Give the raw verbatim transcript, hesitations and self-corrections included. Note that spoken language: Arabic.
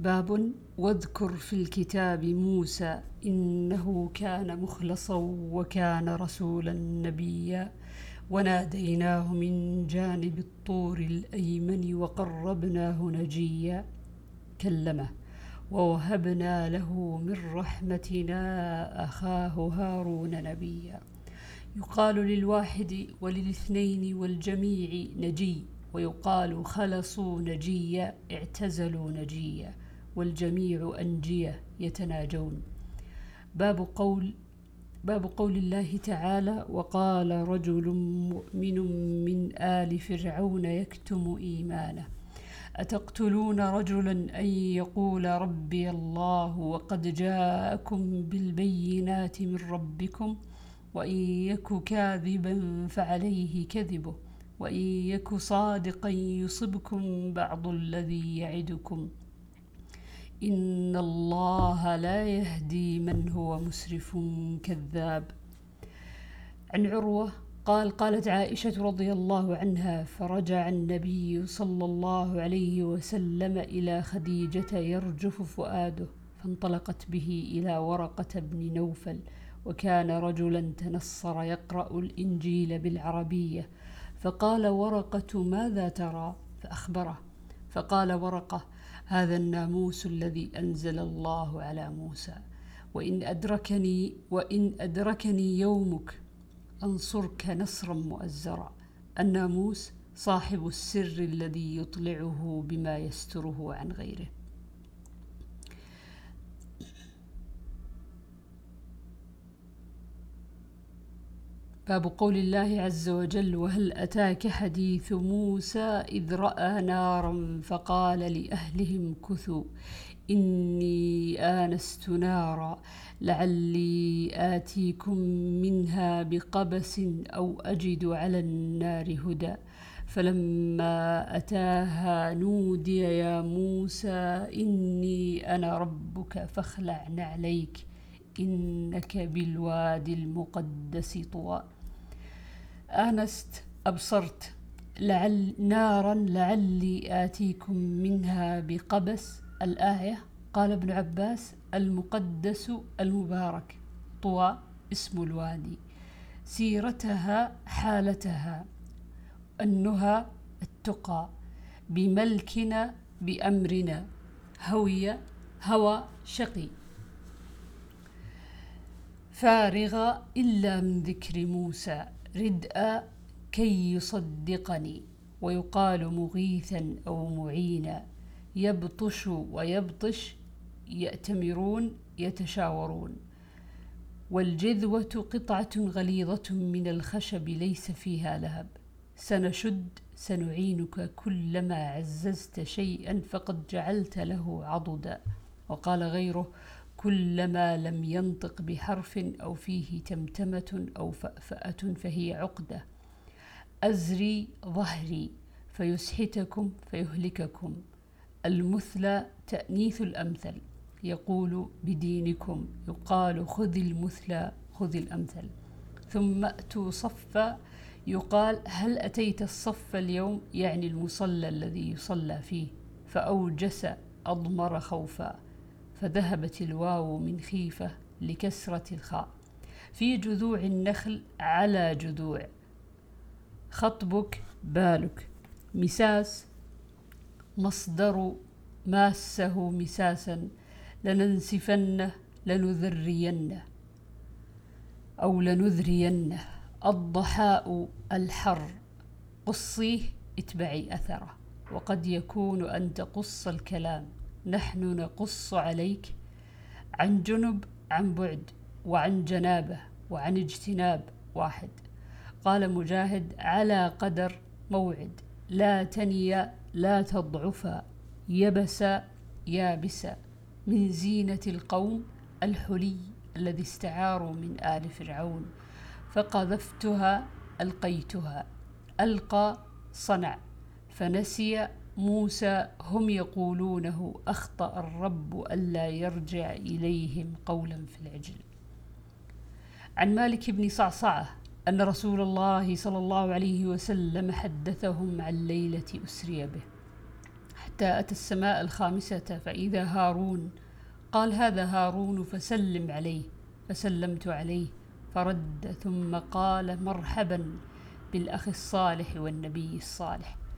باب واذكر في الكتاب موسى إنه كان مخلصا وكان رسولا نبيا وناديناه من جانب الطور الأيمن وقربناه نجيا كلمه ووهبنا له من رحمتنا أخاه هارون نبيا. يقال للواحد وللاثنين والجميع نجي، ويقال خلصوا نجيا اعتزلوا نجيا، والجميع أنجية يتناجون. باب قول باب قول الله تعالى: وقال رجل مؤمن من آل فرعون يكتم إيمانه أتقتلون رجلا أن يقول ربي الله وقد جاءكم بالبينات من ربكم وإن يك كاذبا فعليه كذبه وإن يك صادقا يصبكم بعض الذي يعدكم إن الله لا يهدي من هو مسرف كذاب. عن عروة قال: قالت عائشة رضي الله عنها: فرجع النبي صلى الله عليه وسلم إلى خديجة يرجف فؤاده، فانطلقت به إلى ورقة بن نوفل، وكان رجلا تنصر يقرأ الإنجيل بالعربية، فقال ورقة: ماذا ترى؟ فأخبره، فقال ورقة: هذا الناموس الذي أنزل الله على موسى، وإن أدركني وإن أدركني يومك أنصرك نصرا مؤزرا. الناموس صاحب السر الذي يطلعه بما يستره عن غيره. باب قول الله عز وجل: وهل أتاك حديث موسى إذ رأى نارا فقال لأهلهم كثوا إني آنست نارا لعلي آتيكم منها بقبس أو أجد على النار هدى فلما أتاها نودي يا موسى إني أنا ربك فاخلع نعليك إنك بالوادي المقدس طوى. آنست أبصرت لعل نارا لعلي آتيكم منها بقبس. الآية قال ابن عباس: المقدس المبارك، طوى اسم الوادي، سيرتها حالتها، النهى التقى، بملكنا بأمرنا، هوي هوى شقي، فارغ إلا من ذكر موسى ردء كي يصدقني. ويقال مغيثا أو معينا، يبطش ويبطش، يأتمرون يتشاورون. والجذوة قطعة غليظة من الخشب ليس فيها لهب. سنشد سنعينك كلما عززت شيئا فقد جعلت له عضدا. وقال غيره: كلما لم ينطق بحرف أو فيه تمتمة أو فأفأة فهي عقدة. أزري ظهري فيسحتكم فيهلككم. المثلى تأنيث الأمثل، يقول بدينكم، يقال خذ المثلى خذ الأمثل. ثم أتوا صفا، يقال هل أتيت الصف اليوم، يعني المصلى الذي يصلى فيه. فأوجس أضمر خوفا، فذهبت الواو من خيفة لكسرة الخاء. في جذوع النخل على جذوع، خطبك بالك. مساس مصدر ماسه مساسا، لننسفنه لنذرينه أو لنذرينه. الضحاء الحر، قصيه اتبعي أثره. وقد يكون أن تقص الكلام، نحن نقص عليك عن جنب عن بعد، وعن جنابه وعن اجتناب واحد. قال مجاهد: على قدر موعد، لا تنيا لا تضعفا، يبس يابس. من زينة القوم الحلي الذي استعاروا من آل فرعون. فقذفتها ألقيتها، ألقى صنع. فنسي موسى هم يقولونه، أخطأ الرب ألا يرجع إليهم قولا في العجل. عن مالك بن صعصعة أن رسول الله صلى الله عليه وسلم حدثهم عن ليلة أسري به، حتى حتى أتى السماء الخامسة فإذا هارون. قال هذا هارون فسلم عليه، فسلمت عليه فرد، ثم قال مرحبا بالأخ الصالح والنبي الصالح.